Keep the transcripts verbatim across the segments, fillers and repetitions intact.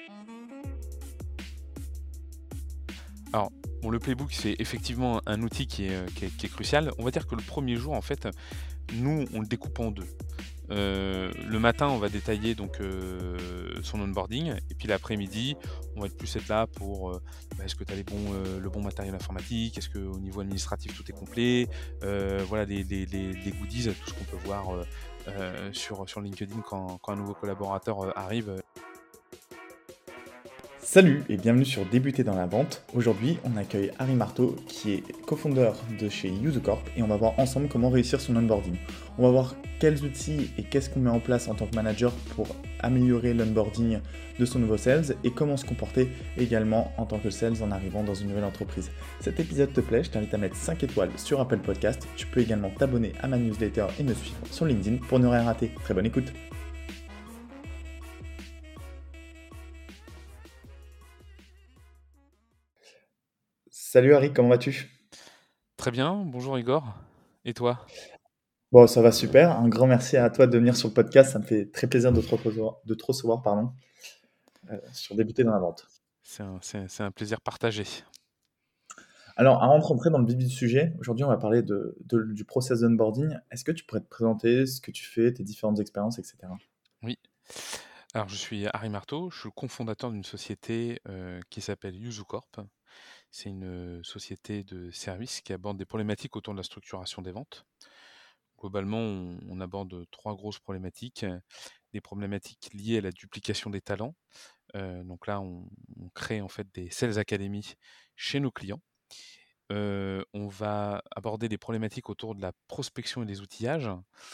Alors, bon, le playbook, c'est effectivement un outil qui est, heu, qui est qui est crucial. On va dire que le premier jour, en fait, nous, on le découpe en deux. Heu, le matin, on va détailler donc heu, son onboarding et puis l'après-midi, on va être plus être là pour, heu, bah, est-ce que tu as les bons, heu, le bon matériel informatique? Est-ce qu'au niveau administratif, tout est complet? Heu, voilà les les les les goodies, tout ce qu'on peut voir, heu heu, sur sur LinkedIn quand quand un nouveau collaborateur, heu, arrive. Salut et bienvenue sur Débuter dans la vente. Aujourd'hui, on accueille Harry Marteau qui est co-founder de chez UseCorp et on va voir ensemble comment réussir son onboarding. On va voir quels outils et qu'est-ce qu'on met en place en tant que manager pour améliorer l'onboarding de son nouveau sales et comment se comporter également en tant que sales en arrivant dans une nouvelle entreprise. Cet épisode te plaît, je t'invite à mettre cinq étoiles sur Apple Podcast. Tu peux également t'abonner à ma newsletter et me suivre sur LinkedIn pour ne rien rater. Très bonne écoute. Salut Harry, comment vas-tu? Très bien, bonjour Igor. Et toi? Bon, ça va super. Un grand merci à toi de venir sur le podcast. Ça me fait très plaisir de te recevoir, de te recevoir pardon, euh, sur Débuter dans la vente. C'est un c'est c'est un plaisir partagé. Alors, avant de rentrer dans le vif du sujet, aujourd'hui, on va parler de, de- du process d'onboarding. Est-ce que tu pourrais te présenter ce que tu fais, tes différentes expériences, et cetera. Oui. Alors, je suis Harry Marteau, je suis le cofondateur d'une société euh, qui s'appelle YuzuCorp. C'est une société de services qui aborde des problématiques autour de la structuration des ventes. Globalement, on, on aborde trois grosses problématiques. Des problématiques liées à la duplication des talents. Euh, donc là, on, on crée en fait des sales academies chez nos clients. Euh, on va aborder des problématiques autour de la prospection et des outillages.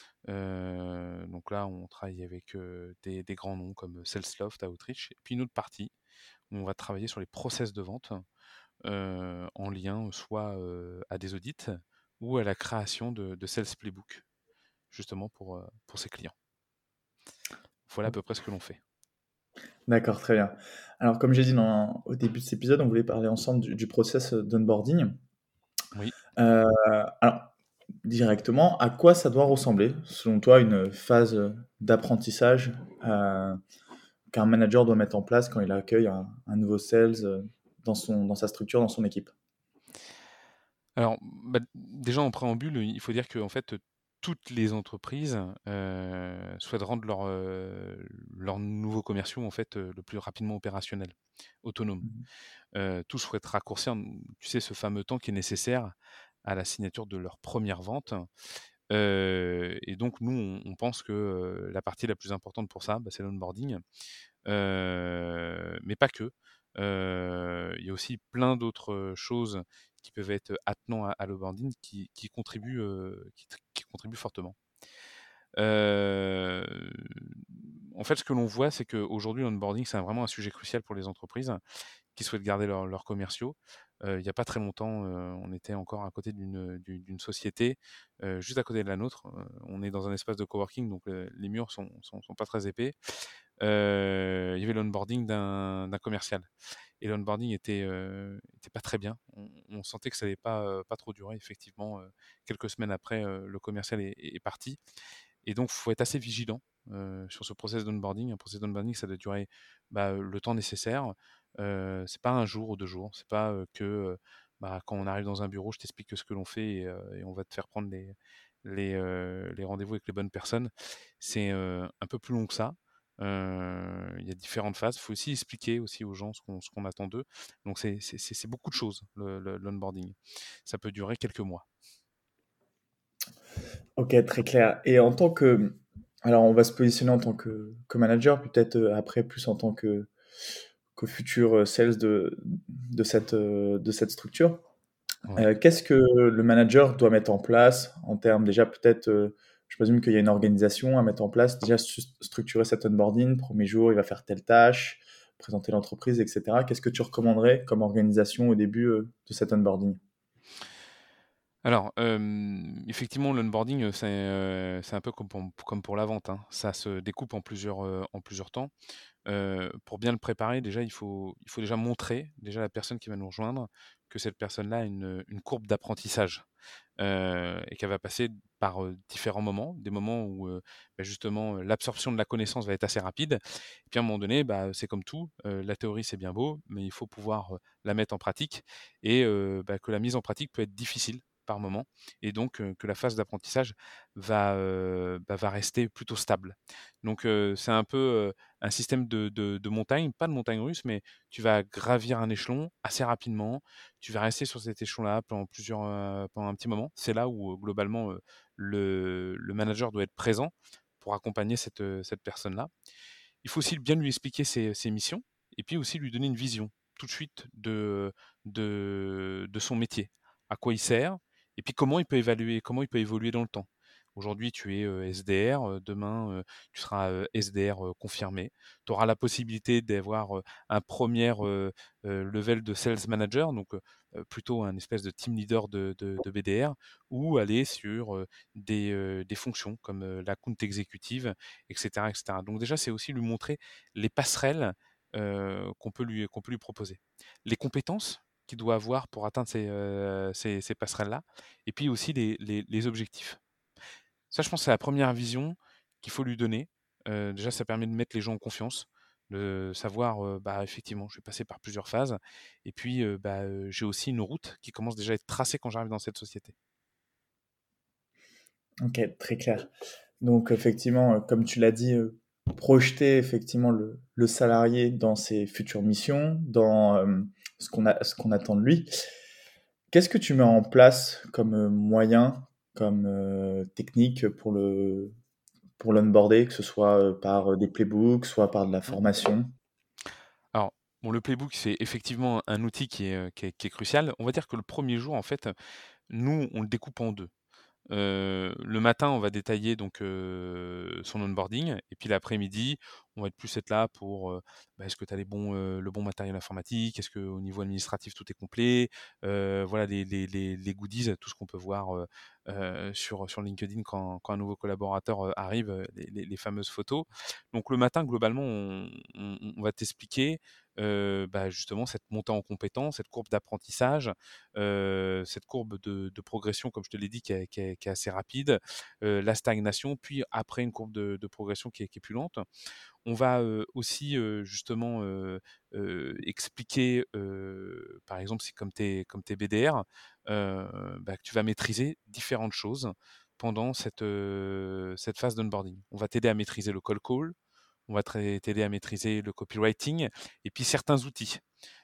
Euh, donc là, on travaille avec euh, des, des grands noms comme Salesloft, Outreach, et puis une autre partie où on va travailler sur les process de vente euh, en lien soit euh, à des audits ou à la création de, de Sales Playbook, justement pour, euh, pour ses clients. Voilà à peu près ce que l'on fait. D'accord, très bien. Alors, comme j'ai dit dans- au début de cet épisode, on voulait parler ensemble du, du process d'onboarding. Oui. Euh, alors, directement, à quoi ça doit ressembler, selon toi, une phase d'apprentissage euh, qu'un manager doit mettre en place quand il accueille un, un nouveau sales euh, dans, son, dans sa structure, dans son équipe? Alors, bah, déjà en préambule, il faut dire que en fait, toutes les entreprises euh, souhaitent rendre leurs euh, leurs nouveaux commerciaux en fait euh, le plus rapidement opérationnels, autonomes. Mhm. Euh, tous souhaitent raccourcir, tu sais, ce fameux temps qui est nécessaire à la signature de leur première vente. Euh, et donc, nous, on, on pense que euh, la partie la plus importante pour ça, bah, c'est l'onboarding. Euh, mais pas que. Euh, Il y a aussi plein d'autres choses qui peuvent être attenants à, à l'onboarding qui, qui contribuent, euh, qui, tr- qui contribuent fortement. Euh, En fait, ce que l'on voit, c'est qu'aujourd'hui, l'onboarding, c'est vraiment un sujet crucial pour les entreprises qui souhaitent garder leurs leurs commerciaux. Euh, il n'y a pas très longtemps, euh, on était encore à côté d'une d'une- d'une société, euh, juste à côté de la nôtre. Euh, on est dans un espace de coworking, donc euh, les murs sont, sont, sont pas très épais. Euh, il y avait l'onboarding d'un d'un commercial. Et l'onboarding était, euh, était pas très bien. On, on sentait que ça n'allait pas, euh, pas trop durer. Effectivement, euh, quelques semaines après, euh, le commercial est, est parti. Et donc, il faut être assez vigilant euh, sur ce process d'onboarding. Un process d'onboarding, ça doit durer bah, le temps nécessaire. Euh, c'est pas un jour ou deux jours. C'est pas euh, que euh, bah, quand on arrive dans un bureau, je t'explique que ce que l'on fait et, euh, et on va te faire prendre les, les, euh, les rendez-vous avec les bonnes personnes. C'est euh, un peu plus long que ça. Euh, Il y a différentes phases. Il faut aussi expliquer aussi aux gens ce qu'on ce qu'on attend d'eux. Donc c'est c'est- c'est- c'est beaucoup de choses, le, le- l'onboarding. Ça peut durer quelques mois. Ok, très clair. Et en tant que... Alors, on va se positionner en tant que, que manager, puis peut-être euh, après plus en tant que, que futur euh, sales de, de, cette, euh, de cette structure. Oui. Euh, qu'est-ce que le manager doit mettre en place en termes déjà peut-être, euh, je présume qu'il y a une organisation à mettre en place, déjà su- structurer cet onboarding, premier jour il va faire telle tâche, présenter l'entreprise, et cetera. Qu'est-ce que tu recommanderais comme organisation au début euh, de cet onboarding? Alors, hem, effectivement, l'onboarding, heu, c'est, heu, c'est un peu comme pour comme pour la vente, hein. Ça se découpe en plusieurs, heu, en plusieurs temps. Heu, pour bien le préparer, déjà, il faut il faut déjà montrer, déjà à la personne qui va nous rejoindre que cette personne-là a une, une courbe d'apprentissage euh, et qu'elle va passer par euh, différents moments, des moments où euh, bah, justement euh, l'absorption de la connaissance va être assez rapide, et puis à un moment donné, bah, c'est comme tout, euh, la théorie c'est bien beau, mais il faut pouvoir euh, la mettre en pratique, et euh, bah, que la mise en pratique peut être difficile par moment, et donc euh, que la phase d'apprentissage va, euh, bah, va rester plutôt stable. Donc euh, c'est un peu euh, un système de, de, de montagne, pas de montagne russe, mais tu vas gravir un échelon assez rapidement, tu vas rester sur cet échelon-là pendant plusieurs, euh, pendant un petit moment. C'est là où euh, globalement euh, le, le manager doit être présent pour accompagner cette, euh, cette personne-là. Il faut aussi bien lui expliquer ses, ses missions et puis aussi lui donner une vision tout de suite de, de, de son métier, à quoi il sert et puis comment il peut évaluer, comment il peut évoluer dans le temps. Aujourd'hui, tu es euh, S D R, euh, demain, euh, tu seras euh, S D R euh, confirmé. Tu auras la possibilité d'avoir euh, un premier euh, euh, level de sales manager, donc euh, plutôt un espèce de team leader de, de, de B D R, ou aller sur euh, des, euh, des fonctions comme euh, la compte exécutive, et cetera, et cetera. Donc déjà, c'est aussi lui montrer les passerelles euh, qu'on peut lui, qu'on peut lui proposer. Les compétences qu'il doit avoir pour atteindre ces, euh, ces, ces passerelles-là, et puis aussi les, les, les objectifs. Ça, je pense, c'est la première vision qu'il faut lui donner. Euh, déjà, ça permet de mettre les gens en confiance, de savoir, euh, bah, effectivement, je vais passer par plusieurs phases, et puis, euh, bah, euh, j'ai aussi une route qui commence déjà à être tracée quand j'arrive dans cette société. Ok, très clair. Donc effectivement, euh, comme tu l'as dit, euh, projeter effectivement le, le salarié dans ses futures missions, dans euh, ce qu'on a, ce qu'on attend de lui. Qu'est-ce que tu mets en place comme euh, moyen, comme euh, technique pour le pour l'onboarder, que ce soit euh, par euh, des playbooks, soit par de la Mm. formation? Alors, bon, le playbook, c'est effectivement un outil qui est, euh, qui est, qui est crucial. On va dire que le premier jour, en fait, nous, on le découpe en deux. Heu, le matin, on va détailler donc heu, son onboarding et puis l'après-midi, on va être plus être là pour, heu, bah, est-ce que tu as les bons, heu, le bon matériel informatique? Est-ce qu'au niveau administratif tout est complet? Heu, voilà les les les les goodies, tout ce qu'on peut voir, heu heu, sur sur LinkedIn quand quand un nouveau collaborateur, heu, arrive, heu, les les les fameuses photos. Donc le matin, globalement, on on on va t'expliquer, heu, bah, justement cette montée en compétences, cette courbe d'apprentissage, heu, cette courbe de de progression, comme je te l'ai dit, qui est qui est qui est assez rapide, heu, la stagnation, puis après une courbe de de progression qui est qui est plus lente. On va, heu, aussi, heu, justement, heu heu, expliquer, heu, par exemple, si comme tu es comme tu es B D R, heu, bah, que tu vas maîtriser différentes choses pendant cette, heu, cette phase d'onboarding. On va t'aider à maîtriser le cold call, on va trai t'aider à maîtriser le copywriting et puis certains outils.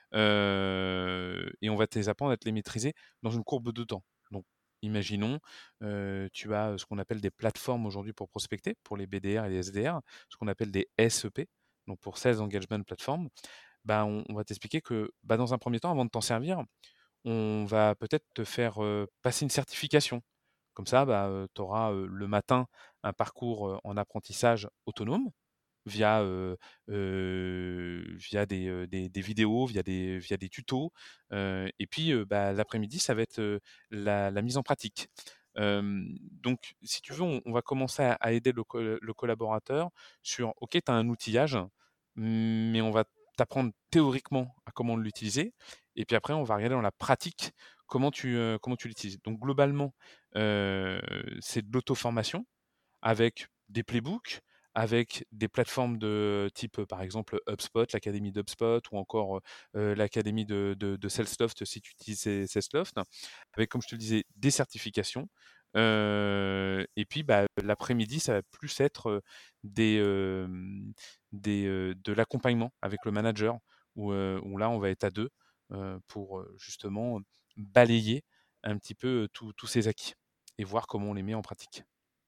Heu et on va te les apprendre à te les maîtriser dans une courbe de temps. Donc imaginons, heu, tu as, ce qu'on appelle des plateformes aujourd'hui pour prospecter, pour les B D R et les S D R, ce qu'on appelle des S E P, donc pour Sales Engagement Platform. Bah, on on va t'expliquer que, bah, dans un premier temps, avant de t'en servir, on va peut-être te faire, heu, passer une certification. Comme ça, bah, heu, tu auras, le matin un parcours, heu, en apprentissage autonome via, heu heu, via des, heu, des des vidéos, via des via des tutos, heu et puis, heu, bah, l'après-midi, ça va être, heu, la la mise en pratique. Hem, donc si tu veux, on on va commencer à à aider le co le collaborateur sur OK, tu as un outillage, mais on va t'apprendre théoriquement à comment l'utiliser et puis après on va regarder dans la pratique comment tu, heu, comment tu l'utilises. Donc globalement, heu, c'est de l'auto-formation avec des playbooks, avec des plateformes de type, par exemple, HubSpot, l'académie d'HubSpot ou encore, heu l'académie de de de Salesloft si tu utilises ces Salesloft, avec, comme je te le disais, des certifications. Heu et puis, bah, l'après-midi, ça va plus être, heu, des, hem, des, heu, de l'accompagnement avec le manager où, heu, où là, on va être à deux heu, pour, heu, justement balayer un petit peu, heu, tous tous ces acquis et voir comment on les met en pratique.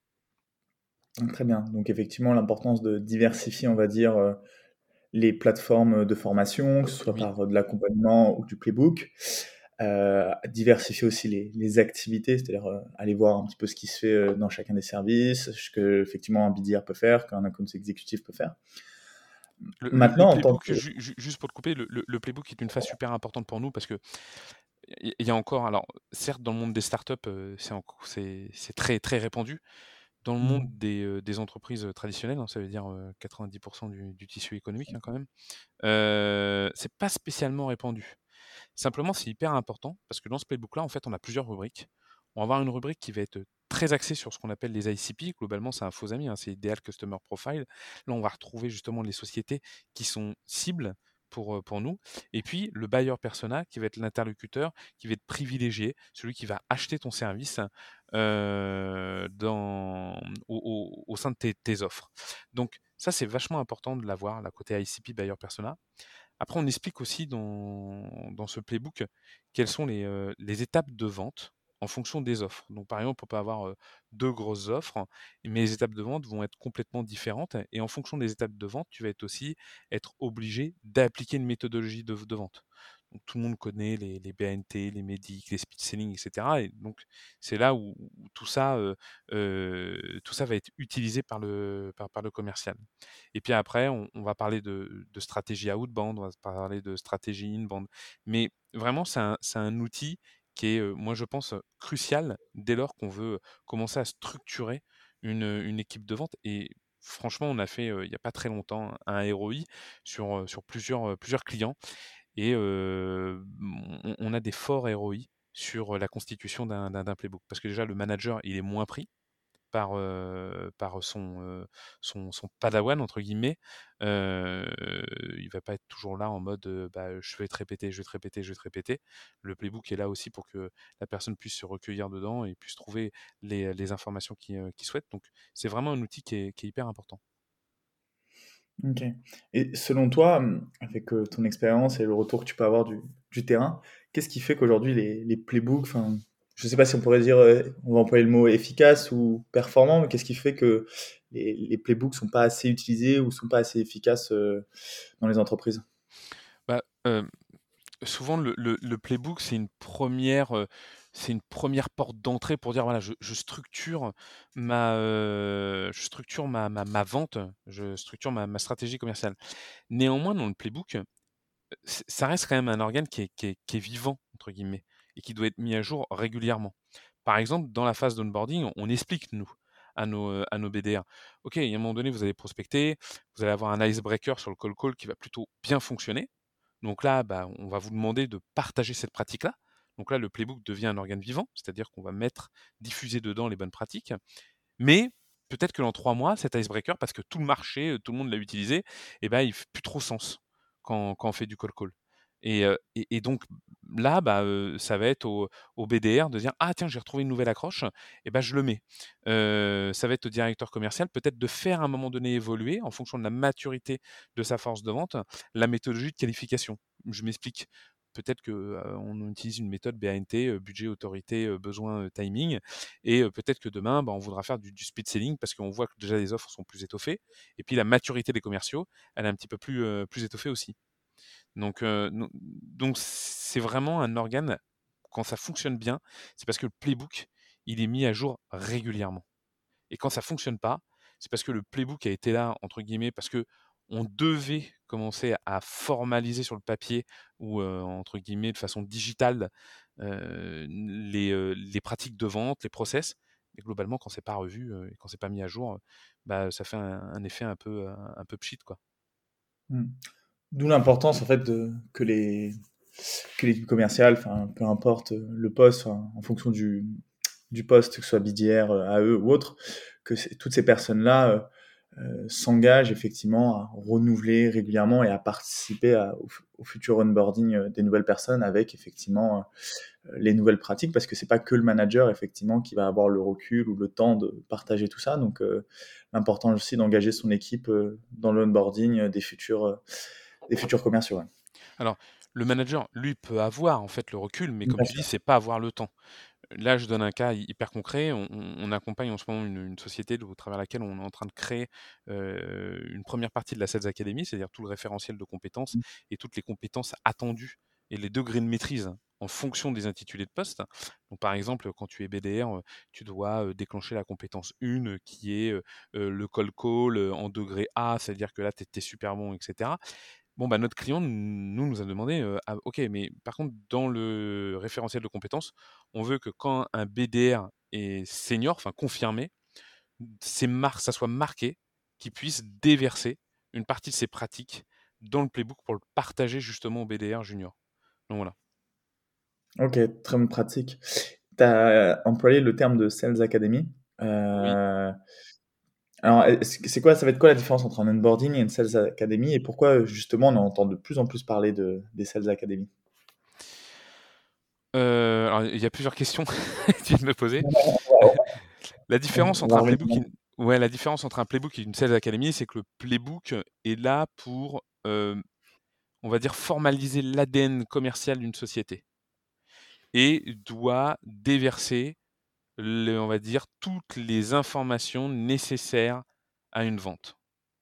Très bien. Donc effectivement, l'importance de diversifier, on va dire, euh, les plateformes de formation, que ce soit Oui. par euh, de l'accompagnement ou du playbook. Euh, diversifier aussi les, les activités, c'est-à-dire euh, aller voir un petit peu ce qui se fait euh, dans chacun des services, ce que effectivement un B D R peut faire, qu'un account exécutif peut faire. Le le le Maintenant, en tant playbook, que... ju ju juste pour te couper, le le le playbook est une phase super importante pour nous parce que il y a encore alors certes dans le monde des startups, heu, c'est enc c'est c'est très, très répandu. Dans le monde Mhm. des, heu, des entreprises, traditionnelles, hein, ça veut dire, heu, quatre-vingt-dix du du tissu économique, hein, quand même, heu, c'est pas spécialement répandu. Simplement, c'est hyper important parce que dans ce playbook-là, en fait, on a plusieurs rubriques. On va avoir une rubrique qui va être très axée sur ce qu'on appelle les I C P. Globalement, c'est un faux ami, hein, c'est Ideal Customer Profile. Là, on va retrouver justement les sociétés qui sont cibles pour, euh, pour nous. Et puis, le buyer persona qui va être l'interlocuteur, qui va être privilégié, celui qui va acheter ton service euh, dans, au, au- au sein de tes, tes offres. Donc, ça, c'est vachement important de l'avoir, la côté I C P buyer persona. Après, on explique aussi dans, dans ce playbook quelles sont les, euh, les étapes de vente en fonction des offres. Donc, par exemple, on peut avoir euh, deux grosses offres, mais les étapes de vente vont être complètement différentes. Et en fonction des étapes de vente, tu vas être aussi être obligé d'appliquer une méthodologie de, de vente. Donc, tout le monde connaît les, les B N T, les médics, les speed selling, et cetera. Et donc, c'est là où, où tout ça, euh, euh, tout ça va être utilisé par le, par, par le commercial. Et puis après, on, on va parler de, de stratégie outbound, on va parler de stratégie inbound. Mais vraiment, c'est un, c'est un outil qui est, euh, moi je pense, crucial dès lors qu'on veut commencer à structurer une, une équipe de vente. Et franchement, on a fait, euh, il n'y a pas très longtemps, un R O I sur, euh, sur plusieurs, euh, plusieurs clients. Et euh, on, on a des forts R O I sur la constitution d'un d'un- d'un playbook. Parce que déjà, le manager, il est moins pris par, heu, par son, heu, son son «padawan» entre guillemets, heu, il va pas être toujours là en mode, heu, bah, je vais te répéter, je vais te répéter, je vais te répéter. Le playbook est là aussi pour que la personne puisse se recueillir dedans et puisse trouver les, les informations qu'il, heu, qu'il souhaite. Donc c'est vraiment un outil qui est qui est hyper important. OK. Et selon toi, mmh, avec, heu, ton expérience et le retour que tu peux avoir du du terrain, qu'est-ce qui fait qu'aujourd'hui les les playbooks, enfin, je sais pas si on pourrait dire, heu, on va employer le mot efficace ou performant, mais qu'est-ce qui fait que les les playbooks sont pas assez utilisés ou sont pas assez efficaces, heu, dans les entreprises? Bah, hem souvent le, le, le playbook, c'est une première, euh, c'est une première porte d'entrée pour dire voilà, je, je structure ma, euh, je structure ma, ma, ma vente, je structure ma, ma stratégie commerciale. Néanmoins, dans le playbook, euh, c- ça reste quand même un organe qui est, qui est, qui est vivant, entre guillemets, et qui doit être mis à jour régulièrement. Par exemple, dans la phase d'onboarding, on, on explique, nous, à nos, euh, à nos B D R. OK, il y a un moment donné, vous allez prospecter, vous allez avoir un icebreaker sur le call call qui va plutôt bien fonctionner. Donc là, bah, on va vous demander de partager cette pratique-là. Donc là, le playbook devient un organe vivant, c'est-à-dire qu'on va mettre, diffuser dedans les bonnes pratiques. Mais peut-être que dans trois mois, cet icebreaker, parce que tout le marché, euh, tout le monde l'a utilisé, eh ben, il ne fait plus trop sens quand, quand on fait du call call. Et, euh, et, et donc là, bah, euh, ça va être au, au B D R de dire ah tiens, j'ai retrouvé une nouvelle accroche, et ben je le mets. Euh, ça va être au directeur commercial peut-être de faire à un moment donné évoluer en fonction de la maturité de sa force de vente la méthodologie de qualification. Je m'explique. Peut-être que euh, on utilise une méthode B A N T, euh, budget, autorité, euh, besoin, euh, timing, et euh, peut-être que demain, bah, on voudra faire du, du speed selling parce qu'on voit que déjà les offres sont plus étoffées, et puis la maturité des commerciaux, elle est un petit peu plus, euh, plus étoffée aussi. Donc, euh, no- donc c'est vraiment un organe, quand ça fonctionne bien, c'est parce que le playbook, il est mis à jour régulièrement. Et quand ça fonctionne pas, c'est parce que le playbook a été là, entre guillemets, parce que on devait commencer à formaliser sur le papier ou, euh, entre guillemets, de façon digitale, euh, les, euh, les pratiques de vente, les process. Mais globalement, quand c'est pas revu euh, et quand c'est pas mis à jour, bah, ça fait un, un effet un peu, un, un peu pchit, quoi. Mmh. D'où l'importance en fait de que les que l'équipe commerciale, enfin peu importe, heu, le poste, enfin, en fonction du du poste, que ce soit B D R, heu, A E ou autre, que c'est toutes ces personnes-là, heu heu, s'engagent effectivement à renouveler régulièrement et à participer à au fu au futur onboarding, heu, des nouvelles personnes avec effectivement, heu, les nouvelles pratiques. Parce que c'est pas que le manager effectivement qui va avoir le recul ou le temps de partager tout ça. Donc heu, l'important aussi d'engager son équipe, heu, dans le onboarding, heu, des futurs, heu, des futurs commerciaux, ouais. Alors, le manager, lui, peut avoir en fait le recul, mais comme Bien tu dis, sûr. c'est pas avoir le temps. Là, je donne un cas hy hyper concret. On on on accompagne en ce moment une une société de au travers laquelle on est en train de créer, heu, une première partie de la Sales Academy, c'est-à-dire tout le référentiel de compétences Mmh. et toutes les compétences attendues et les degrés de maîtrise en fonction des intitulés de poste. Donc par exemple, quand tu es B D R, heu, tu dois, heu, déclencher la compétence un heu, qui est, heu heu, le cold call, heu, en degré A, c'est-à-dire que là, tu es super bon et cetera. Bon, bah, notre client, nous, nous a demandé, heu: «Ah OK, mais par contre, dans le référentiel de compétences, on veut que quand un B D R est senior, enfin confirmé, c'est mar ça soit marqué, qu'il puisse déverser une partie de ses pratiques dans le playbook pour le partager justement au B D R junior». Donc voilà. Ok, très bonne pratique. Tu as employé le terme de Sales Academy. Oui. Euh, alors, est-ce que- c'est quoi, ça va être quoi la différence entre un onboarding et une Sales Academy et pourquoi justement on entend de plus en plus parler de, des Sales Academy? Euh, alors, il y a plusieurs questions que tu viens de me poser. La différence On entre va un revenir. playbook et une... Ouais, la différence entre un playbook et une Sales Academy, c'est que le playbook est là pour, euh, on va dire, formaliser l'A D N commercial d'une société et doit déverser, le- on va dire, toutes les informations nécessaires à une vente.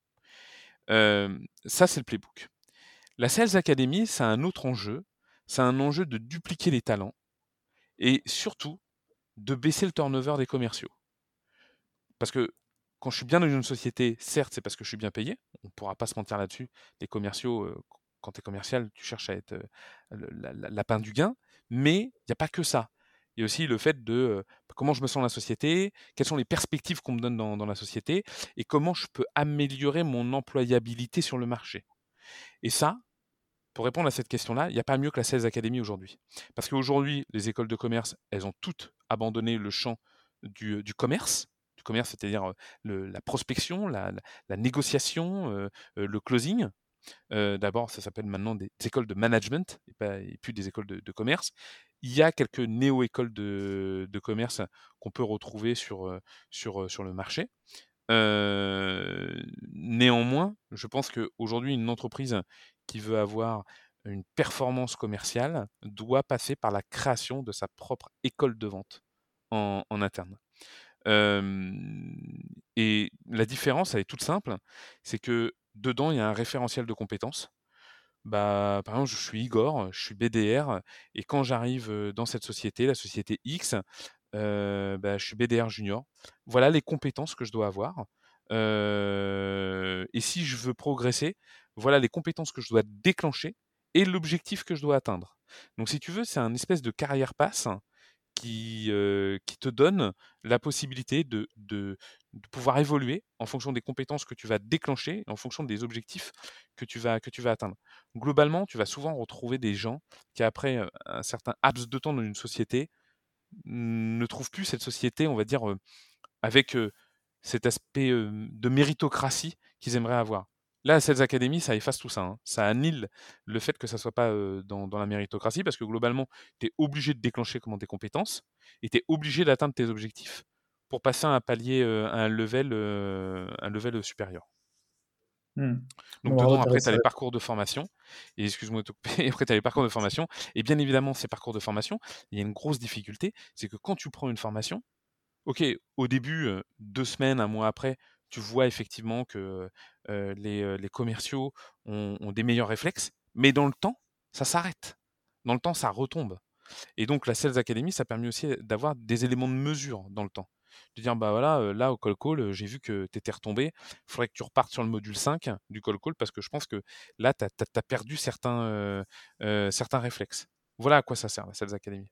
Euh, ça, c'est le playbook. La Sales Academy, c'est un autre enjeu. C'est un enjeu de dupliquer les talents et surtout de baisser le turnover des commerciaux. Parce que quand je suis bien dans une société, certes, c'est parce que je suis bien payé. On ne pourra pas se mentir là-dessus. Les commerciaux, euh, quand tu es commercial, tu cherches à être euh, le la, la- lapin du gain. Mais il n'y a pas que ça. Il y a aussi le fait de euh, comment je me sens dans la société, quelles sont les perspectives qu'on me donne dans, dans la société, et comment je peux améliorer mon employabilité sur le marché. Et ça, pour répondre à cette question-là, il n'y a pas mieux que la Sales Academy aujourd'hui. Parce qu'aujourd'hui, les écoles de commerce, elles ont toutes abandonné le champ du, du commerce. Du commerce, c'est-à-dire euh, le- la prospection, la, la- la négociation, euh, euh, le closing. Euh, D'abord, ça s'appelle maintenant des, des écoles de management et, pas, et plus des écoles de, de commerce. Il y a quelques néo-écoles de, de commerce qu'on peut retrouver sur, euh, sur, euh, sur le marché. Heu, néanmoins, je pense qu'aujourd'hui, une entreprise qui veut avoir une performance commerciale doit passer par la création de sa propre école de vente en en interne. Hem Et la différence, elle est toute simple, c'est que dedans, il y a un référentiel de compétences. Bah, par exemple, je suis Igor, je suis B D R et quand j'arrive, heu, dans cette société, la société X, heu, bah, je suis B D R junior. Voilà les compétences que je dois avoir, heu et si je veux progresser, voilà les compétences que je dois déclencher et l'objectif que je dois atteindre. Donc si tu veux, c'est un espèce de carrière pass qui, heu, qui te donne la possibilité de de de pouvoir évoluer en fonction des compétences que tu vas déclencher, en fonction des objectifs que tu vas que tu vas atteindre. Globalement, tu vas souvent retrouver des gens qui après, heu, un certain laps de temps dans une société, ne trouvent plus cette société, on va dire, heu, avec, heu, cet aspect, hem, de méritocratie qu'ils aimeraient avoir. Là, Sales Academy, ça efface tout ça, hein. Ça annule le fait que ça soit pas, heu, dans dans la méritocratie parce que globalement, tu es obligé de déclencher comment tes compétences et tu es obligé d'atteindre tes objectifs pour passer à un palier, heu, à un level, heu, un level, supérieur. Hmm. Donc Bon, bravo, dedans, t'as après, tu réussi as à les répondre. parcours de formation et excuse-moi de te couper, après tu as les parcours de formation et bien évidemment, ces parcours de formation, il y a une grosse difficulté, c'est que quand tu prends une formation, OK, au début, heu, deux semaines, un mois après, tu vois effectivement que, heu, les, heu, les commerciaux ont ont des meilleurs réflexes, mais dans le temps, ça s'arrête. Dans le temps, ça retombe et donc la Sales Academy, ça permet aussi d'avoir des éléments de mesure dans le temps. De dire: «Bah, voilà, heu, là au call call, heu, j'ai vu que tu étais retombé, il faudrait que tu repartes sur le module cinq du call call parce que je pense que là, tu as perdu certains, heu heu, certains réflexes». Voilà à quoi ça sert la Sales Academy.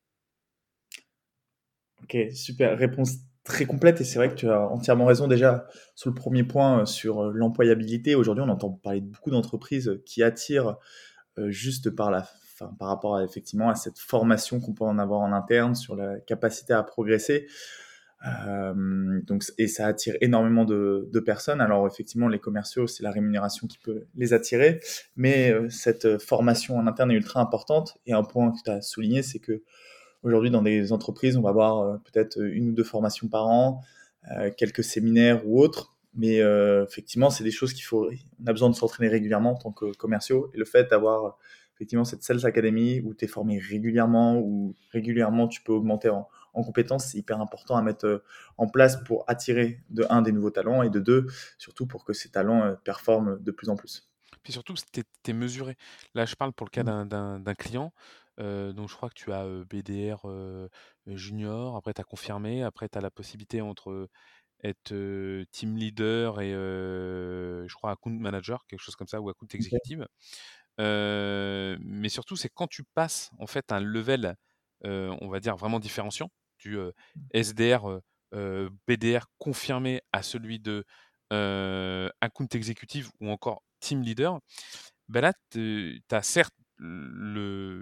Ok, super. Réponse très complète et c'est vrai que tu as entièrement raison déjà sur le premier point euh, sur euh, l'employabilité. Aujourd'hui, on entend parler de beaucoup d'entreprises qui attirent euh, juste par la, enfin, par rapport à effectivement à cette formation qu'on peut en avoir en interne sur la capacité à progresser. Euh, donc, et ça attire énormément de, de personnes. Alors effectivement, les commerciaux, c'est la rémunération qui peut les attirer, mais euh, cette formation en interne est ultra importante. Et un point que tu as souligné, c'est que aujourd'hui, dans des entreprises, on va avoir euh, peut-être une ou deux formations par an, euh, quelques séminaires ou autres. Mais euh, effectivement, c'est des choses qu'il faut. On a besoin de s'entraîner régulièrement en tant que commerciaux. Et le fait d'avoir effectivement cette Sales Academy où tu es formé régulièrement, où régulièrement tu peux augmenter en, en compétences, c'est hyper important à mettre euh, en place pour attirer de un des nouveaux talents et de deux surtout pour que ces talents euh, performent de plus en plus. Puis surtout, tu es mesuré. Là, je parle pour le cas Mm. d'un d'un d'un client, heu, donc je crois que tu as, heu, B D R, heu, junior, après tu as confirmé, après tu as la possibilité entre être, heu, team leader et heu, je crois account manager, quelque chose comme ça ou account Ok. executive. Heu, mais surtout, c'est quand tu passes en fait un level, heu, on va dire vraiment différenciant, du, heu, S D R, heu heu, B D R confirmé à celui de, heu, account executive ou encore team leader, bah là, tu as certes le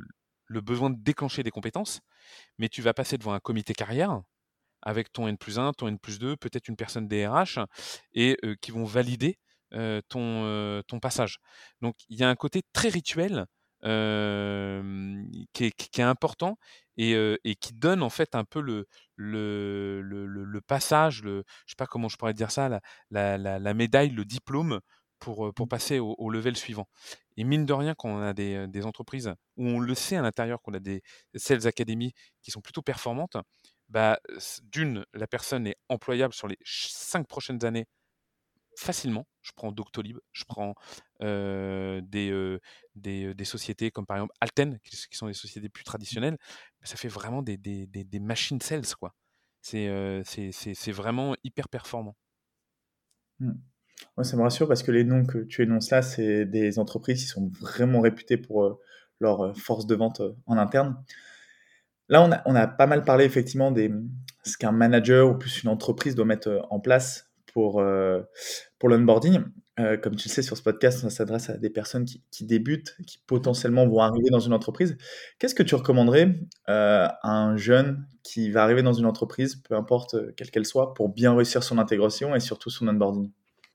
le besoin de déclencher des compétences, mais tu vas passer devant un comité carrière avec ton N plus un, ton N plus deux, peut-être une personne des R H, et euh, qui vont valider euh, ton, euh, ton passage. Donc il y a un côté très rituel euh, qui, est, qui est important et, euh, et qui donne en fait un peu le, le, le, le- le passage, le, je sais pas comment je pourrais dire ça, la, la, la, la médaille, le diplôme pour, euh, pour passer au, au level suivant. Et mine de rien, quand on a des, euh, des entreprises où on le sait à l'intérieur, qu'on a des sales academy qui sont plutôt performantes, bah, s- d'une, la personne est employable sur les ch- cinq prochaines années facilement. Je prends Doctolib, je prends euh, des, euh, des, euh, des sociétés comme par exemple Alten, qui, qui sont des sociétés plus traditionnelles. Mais ça fait vraiment des, des, des, des machines sales, quoi. C'est euh, c'est c'est- c'est vraiment hyper performant. Mm. Ouais, ça me rassure parce que les noms que tu énonces là, c'est des entreprises qui sont vraiment réputées pour euh, leur euh, force de vente euh, en interne. Là, on a, on a pas mal parlé effectivement des ce qu'un manager ou plus une entreprise doit mettre euh, en place pour, euh, pour l'onboarding. Euh, comme tu le sais, sur ce podcast, on s'adresse à des personnes qui, qui débutent, qui potentiellement vont arriver dans une entreprise. Qu'est-ce que tu recommanderais euh, à un jeune qui va arriver dans une entreprise, peu importe euh, quelle qu'elle soit, pour bien réussir son intégration et surtout son onboarding?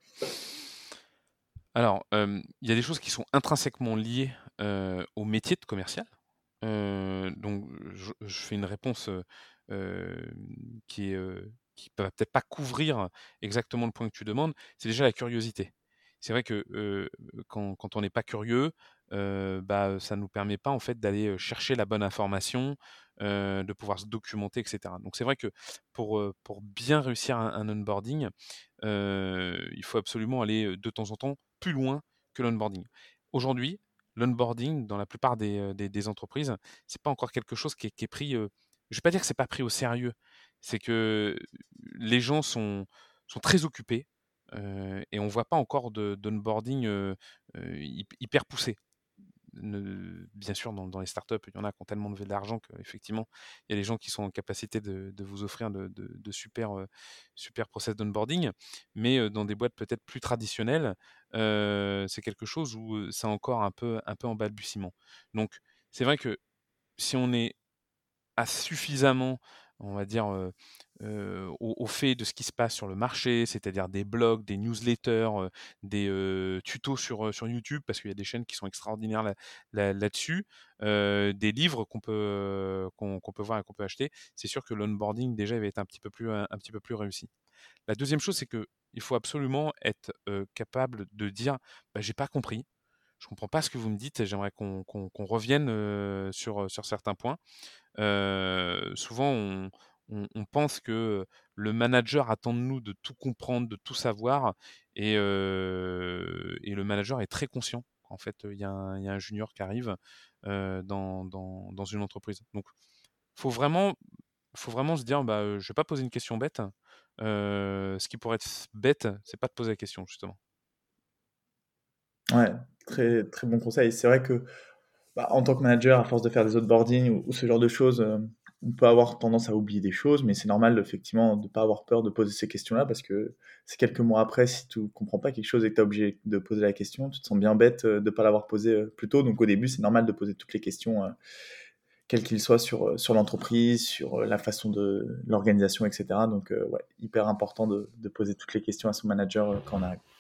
Alors, euh, il y a des choses qui sont intrinsèquement liées euh, au métier de commercial. Euh, donc, je, je fais une réponse euh, euh, qui est, euh, qui va peut-être pas couvrir exactement le point que tu demandes. C'est déjà la curiosité. C'est vrai que euh, quand, quand on n'est pas curieux, euh, bah, ça nous permet pas en fait d'aller euh, chercher la bonne information, euh, de pouvoir se documenter, et cetera. Donc c'est vrai que pour, euh, pour bien réussir un, un onboarding, euh, il faut absolument aller euh, de temps en temps plus loin que l'onboarding. Aujourd'hui, l'onboarding, dans la plupart des, euh, des, des entreprises, c'est pas encore quelque chose qui est, qui est pris. Euh, je vais pas dire que c'est pas pris au sérieux. C'est que les gens sont, sont très occupés euh, et on voit pas encore de, d'onboarding euh, euh, hy- hyper poussé. Ne- bien sûr, dans, dans les startups, il y en a qui ont tellement levé de l'argent qu'effectivement, il y a des gens qui sont en capacité de, de vous offrir de, de- de super, euh, super process d'onboarding. Mais euh, dans des boîtes peut-être plus traditionnelles, euh, c'est quelque chose où euh, c'est encore un peu, un peu en balbutiement. Donc, c'est vrai que si on est a suffisamment, on va dire, heu heu, au au fait de ce qui se passe sur le marché, c'est-à-dire des blogs, des newsletters, heu, des, heu, tutos sur, heu, sur YouTube parce qu'il y a des chaînes qui sont extraordinaires là là là-dessus, heu, des livres qu'on peut, heu, qu'on qu'on peut voir et qu'on peut acheter. C'est sûr que l'onboarding déjà il va être un petit peu plus, un un petit peu plus réussi. La deuxième chose, c'est qu'il faut absolument être, heu, capable de dire: «Bah, j'ai pas compris, je comprends pas ce que vous me dites et j'aimerais qu'on qu'on qu'on revienne, heu, sur, sur certains points». Heu, souvent on on on pense que le manager attend de nous de tout comprendre, de tout savoir et heu et le manager est très conscient qu'en fait, il y a un il y a un junior qui arrive, heu, dans dans dans une entreprise. Donc faut vraiment faut vraiment se dire: «Bah, heu, je vais pas poser une question bête». Heu, ce qui pourrait être bête, c'est pas de poser la question justement. Ouais, très, très bon conseil. C'est vrai que bah, en tant que manager, à force de faire des onboarding ou, ou ce genre de choses, euh, on peut avoir tendance à oublier des choses, mais c'est normal effectivement de ne pas avoir peur de poser ces questions-là parce que c'est quelques mois après, si tu ne comprends pas quelque chose et que tu es obligé de poser la question, tu te sens bien bête euh, de ne pas l'avoir posé euh, plus tôt. Donc au début, c'est normal de poser toutes les questions, euh, quelles qu'ils soient, sur, euh, sur l'entreprise, sur euh, la façon de l'organisation, et cetera. Donc euh, ouais, hyper important de, de poser toutes les questions à son manager euh, quand on arrive.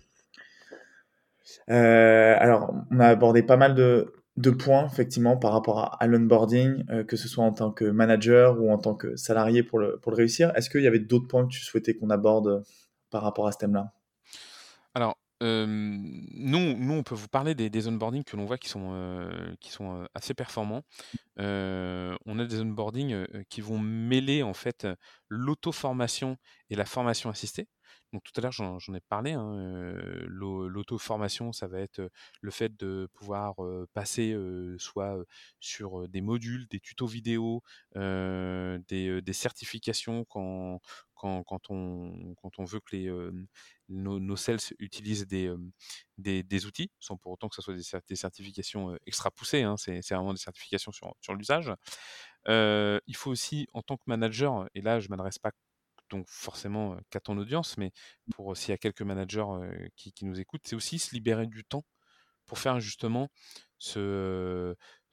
Euh, alors, on a abordé pas mal de, de points, effectivement, par rapport à, à l'onboarding, euh, que ce soit en tant que manager ou en tant que salarié pour le, pour le réussir. Est-ce qu'il y avait d'autres points que tu souhaitais qu'on aborde euh, par rapport à ce thème-là? Alors, hem, nous nous, on peut vous parler des des onboardings que l'on voit qui sont, heu, qui sont, heu, assez performants. Heu, on a des onboardings, heu qui vont mêler en fait, l'auto-formation et la formation assistée. Donc tout à l'heure j'en j'en ai parlé, hein, heu, l'au l'auto-formation ça va être, heu, le fait de pouvoir, heu, passer, heu, soit, heu, sur, heu, des modules, des tutos vidéo, heu, des, heu, des certifications quand quand quand on quand on veut que les, hem, nos nos sales utilisent des, hem, des des outils, sans pour autant que ce soit des cer des certifications, heu, extra poussées, hein. C'est c'est vraiment des certifications sur sur l'usage. Heu, il faut aussi en tant que manager, et là je m'adresse pas donc forcément, heu, qu'à ton audience, mais pour s'il y a quelques managers, heu, qui qui nous écoutent, c'est aussi se libérer du temps pour faire justement ce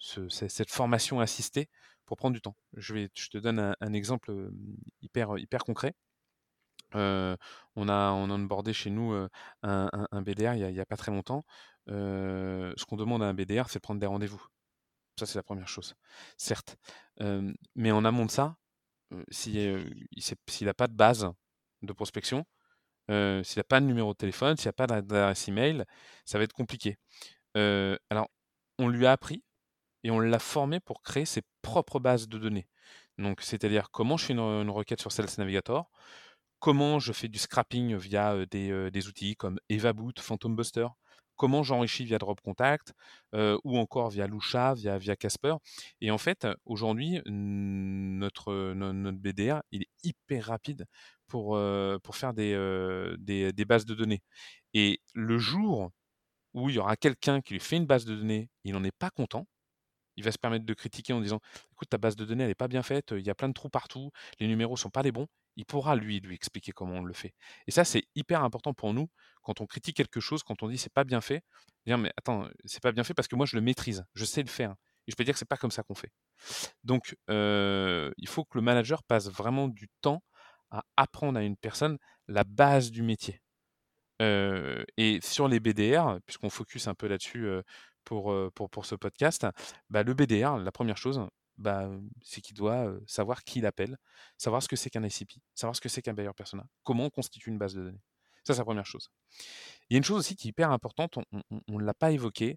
ce- ce- cette formation assistée pour prendre du temps. Je vais, je te donne un, un exemple euh, hyper, hyper concret. Euh, on a, on a onboardé chez nous euh, un, un- un B D R il y a, il y a pas très longtemps. Euh, ce qu'on demande à un B D R, c'est de prendre des rendez-vous. Ça, c'est la première chose, certes. Euh, mais en amont de ça, euh, si, euh, il sait- s'il n'a pas de base de prospection, euh, s'il n'a pas de numéro de téléphone, s'il n'y a pas d'adresse email, ça va être compliqué. Euh, alors, on lui a appris et on l'a formé pour créer ses propres bases de données. Donc, c'est-à-dire comment je fais une, une requête sur Sales Navigator, comment je fais du scrapping via euh, des, euh, des outils comme EvaBoot, Phantom Buster, comment j'enrichis via Drop Contact, euh, ou encore via Lusha, via, via Casper. Et en fait, aujourd'hui, notre, no- notre B D R, il est hyper rapide pour, euh, pour faire des, euh, des, des bases de données. Et le jour où il y aura quelqu'un qui lui fait une base de données, il n'en est pas content, il va se permettre de critiquer en disant: «Écoute, ta base de données, elle est pas bien faite, il y a plein de trous partout, les numéros sont pas les bons». Il pourra lui, lui expliquer comment on le fait. Et ça, c'est hyper important pour nous quand on critique quelque chose, quand on dit: «C'est pas bien fait», dire: «Mais attends, c'est pas bien fait parce que moi je le maîtrise, je sais le faire et je peux dire que c'est pas comme ça qu'on fait». Donc heu, il faut que le manager passe vraiment du temps à apprendre à une personne la base du métier. Heu et sur les B D R, puisqu'on focus un peu là-dessus, heu, pour, heu, pour pour ce podcast, bah, le B D R, la première chose, bah, c'est qu'il doit, heu, savoir qui il appelle, savoir ce que c'est qu'un I C P, savoir ce que c'est qu'un buyer persona, comment on constitue une base de données. Ça, c'est la première chose. Il y a une chose aussi qui est hyper importante, on on ne l'a pas évoqué,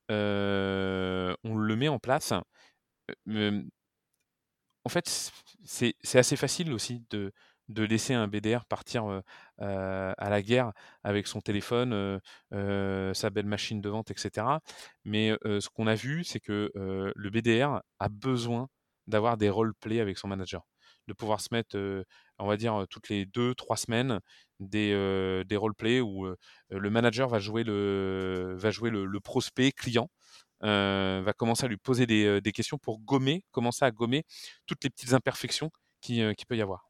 heu, on le met en place, heu, en fait, c'est c'est assez facile aussi de de laisser un B D R partir, heu heu, à la guerre avec son téléphone, heu heu, sa belle machine de vente et cetera. Mais heu, ce qu'on a vu, c'est que, heu, le B D R a besoin d'avoir des role-play avec son manager. De pouvoir se mettre, heu, on va dire, heu, toutes les deux trois semaines des, heu, des role-play où, heu, le manager va jouer le va jouer le le prospect client, heu, va commencer à lui poser des, heu, des questions pour gommer commencer à gommer toutes les petites imperfections qui, heu, qu'il peut y avoir.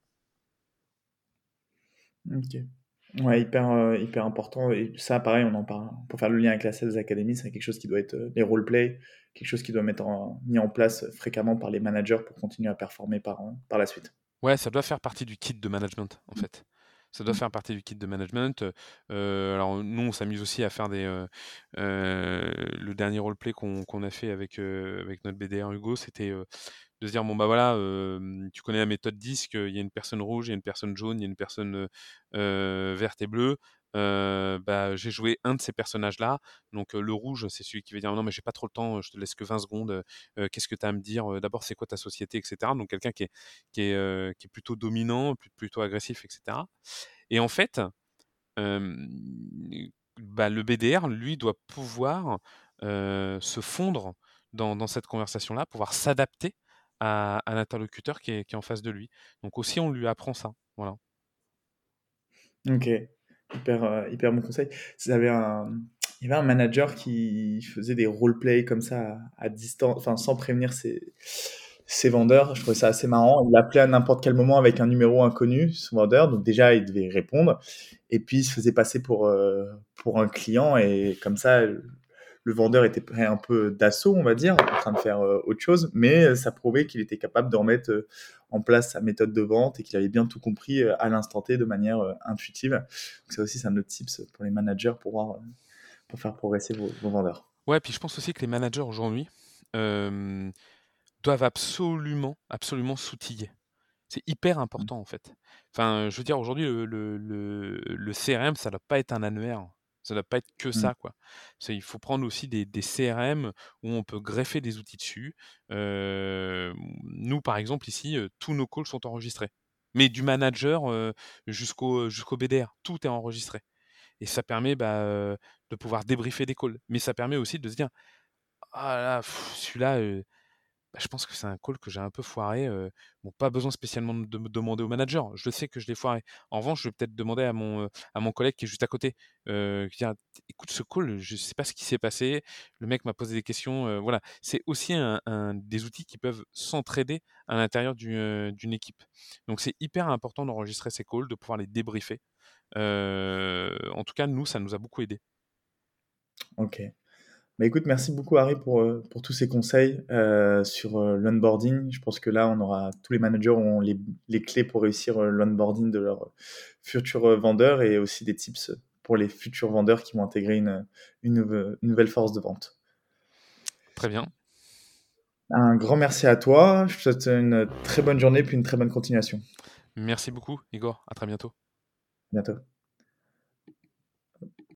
Ok. Ouais, hyper, euh, hyper important. Et ça, pareil, on en parle. Pour faire le lien avec la Sales Academy, c'est quelque chose qui doit être euh, les roleplay, quelque chose qui doit être en- mis en place fréquemment par les managers pour continuer à performer par, par la suite. Ouais, ça doit faire partie du kit de management, en fait. Ça doit Mm. faire partie du kit de management. Heu, alors nous, on s'amuse aussi à faire des, heu heu, le dernier roleplay qu'on qu'on a fait avec, heu, avec notre B D R Hugo, c'était, heu, de se dire: «Bon, bah, voilà, hem, tu connais la méthode disque, il y a une personne rouge, il y a une personne jaune, il y a une personne, heu heu, verte et bleue». Heu, bah, j'ai joué un de ces personnages-là. Donc, heu, le rouge, c'est celui qui va dire: «Non, mais j'ai pas trop le temps, je te laisse que vingt secondes, heu heu, qu'est-ce que tu as à me dire? Heu, d'abord, c'est quoi ta société?» et cetera. Donc quelqu'un qui est qui est, heu, qui est plutôt dominant, plut plutôt agressif et cetera. Et en fait, hem, bah, le B D R, lui, doit pouvoir, heu, se fondre dans dans cette conversation-là, pouvoir s'adapter à à l'interlocuteur qui est qui est en face de lui. Donc aussi, on lui apprend ça, voilà. Ok, hyper, euh, hyper bon conseil. Vous avez un, il y avait un manager qui faisait des roleplays comme ça à, à distance, enfin sans prévenir ses, ses vendeurs. Je trouvais ça assez marrant. Il appelait à n'importe quel moment avec un numéro inconnu, son vendeur. Donc déjà, il devait répondre. Et puis, il se faisait passer pour, euh, pour un client. Et comme ça, le vendeur était prêt un peu d'assaut, on va dire, en train de faire euh, autre chose. Mais euh, ça prouvait qu'il était capable de remettre euh, en place sa méthode de vente et qu'il avait bien tout compris euh, à l'instant T de manière euh, intuitive. Donc ça aussi, c'est un autre tips pour les managers pour, voir, euh, pour faire progresser vos, vos vendeurs. Ouais, puis je pense aussi que les managers aujourd'hui, hem, doivent absolument, absolument s'outiller. C'est hyper Mm. important en fait. Enfin, je veux dire aujourd'hui le le le le C R M, ça doit pas être un annuaire. Ça doit pas être que Mm. ça, quoi. C'est il faut prendre aussi des des C R M où on peut greffer des outils dessus. Heu, nous par exemple ici, heu, tous nos calls sont enregistrés. Mais du manager, heu, jusqu'au, jusqu'au B D R, tout est enregistré. Et ça permet, bah, heu, de pouvoir débriefer des calls. Mais ça permet aussi de se dire: «Ah là là, pff, celui-là, heu, bah, je pense que c'est un call que j'ai un peu foiré, heu, bon, pas besoin spécialement de me demander au manager. Je le sais que je l'ai foiré. En revanche, je vais peut-être demander à mon, heu, à mon collègue qui est juste à côté, heu, qui dira: «Écoute, ce call, je sais pas ce qui s'est passé, le mec m'a posé des questions», heu, voilà. C'est aussi un un des outils qui peuvent s'entraider à l'intérieur du, heu, d'une équipe. Donc c'est hyper important d'enregistrer ces calls, de pouvoir les débriefer. Heu, en tout cas, nous, ça nous a beaucoup aidé. Ok. Bah écoute, merci beaucoup Harry pour, euh, pour tous ces conseils euh, sur euh, l'onboarding. Je pense que là, on aura tous les managers ont les, les clés pour réussir euh, l'onboarding de leurs futurs euh, vendeurs et aussi des tips pour les futurs vendeurs qui vont intégrer une, une, nouve- une nouvelle force de vente. Très bien. Un grand merci à toi. Je te souhaite une très bonne journée puis une très bonne continuation. Merci beaucoup, Igor. À très bientôt. À bientôt.